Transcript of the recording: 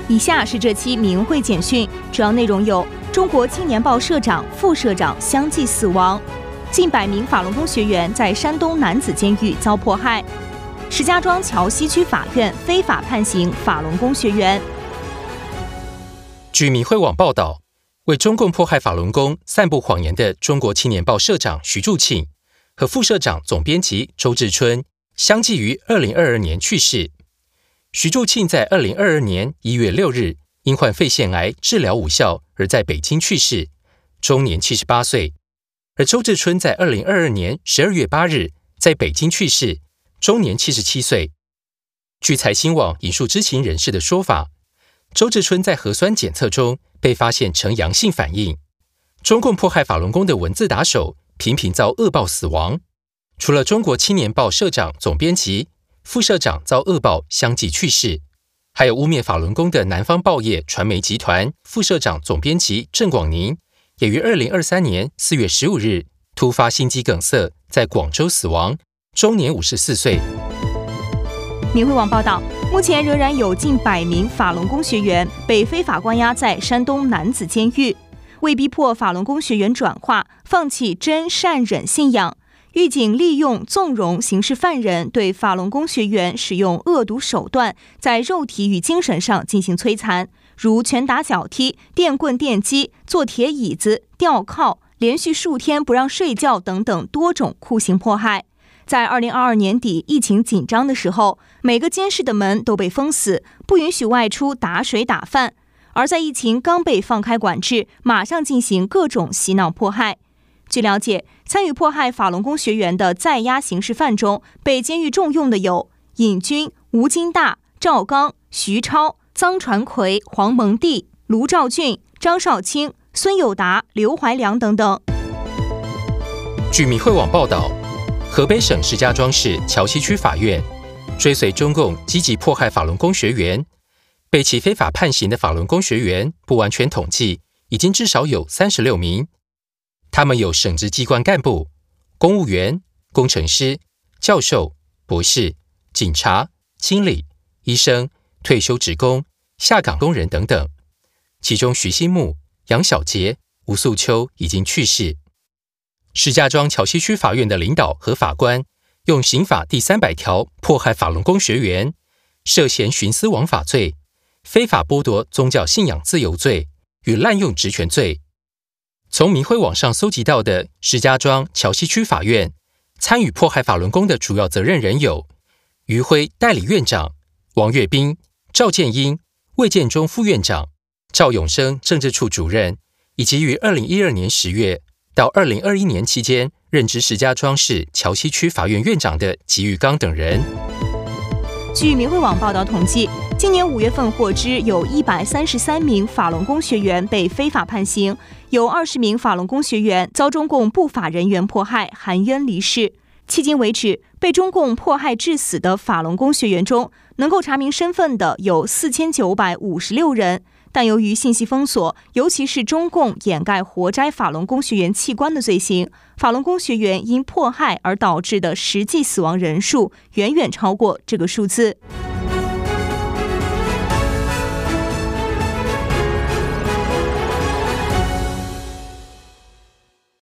以下是这期明慧简讯，主要内容有：中国青年报社长、副社长相继死亡；近100名法轮功学员在山东男子监狱遭迫害；石家庄桥西区法院非法判刑法轮功学员。 据明慧网报道，为中共迫害法轮功、散布谎言的中国青年报社长徐柱庆和副社长总编辑周志春相继于2022年去世。徐柱庆在2022年1月6日因患肺腺癌治疗无效而在北京去世，终年78岁；而周志春在2022年12月8日在北京去世，终年77岁。据财新网引述知情人士的说法，周志春在核酸检测中被发现呈阳性反应。中共迫害法轮功的文字打手频频遭恶报死亡，除了中国青年报社长、总编辑、副社长遭恶报相继去世，还有污蔑法轮功的南方报业传媒集团副社长、总编辑郑广宁，也于2023年4月15日突发心肌梗塞在广州死亡，终年54岁。 明慧网报道，目前仍然有近100名法轮功学员被非法关押在山东男子监狱。为逼迫法轮功学员转化、放弃真善忍信仰，狱警利用纵容刑事犯人对法轮功学员使用恶毒手段，在肉体与精神上进行摧残，如拳打脚踢、电棍电击、坐铁椅子、吊铐、连续数天不让睡觉等等多种酷刑迫害。在2022年底疫情紧张的时候，每个监室的门都被封死，不允许外出打水打饭。而在疫情刚被放开管制，马上进行各种洗脑迫害。据了解，参与迫害法轮功学员的在押刑事犯中，被监狱重用的有尹军、吴金大、赵刚、徐超、臧传奎、黄蒙蒂、卢兆俊、张少卿、孙友达、刘怀良等等。 据明慧网报道，河北省石家庄市桥西区法院追随中共积极迫害法轮功学员，被其非法判刑的法轮功学员不完全统计，已经至少有36名。他们有省直机关干部、公务员、工程师、教授、博士、警察、经理、医生、退休职工、下岗工人等等。其中徐新木、杨小杰、吴素秋已经去世。石家庄桥西区法院的领导和法官用刑法第300条迫害法轮功学员，涉嫌徇私枉法罪、非法剥夺宗教信仰自由罪与滥用职权罪。从明慧网上搜集到的石家庄桥西区法院参与迫害法轮功的主要责任人有余辉代理院长、王月斌、赵建英、魏建中副院长、赵永生政治处主任，以及于2012年10月到2021年期间任职石家庄市桥西区法院院长的吉玉刚等人。 据明慧网报道统计，今年5月份获知有133名法轮功学员被非法判刑，有20名法轮功学员遭中共不法人员迫害含冤离世。迄今为止，被中共迫害致死的法轮功学员中，能够查明身份的有4956人，但由于信息封锁，尤其是中共掩盖活摘法轮功学员器官的罪行，法轮功学员因迫害而导致的实际死亡人数远远超过这个数字。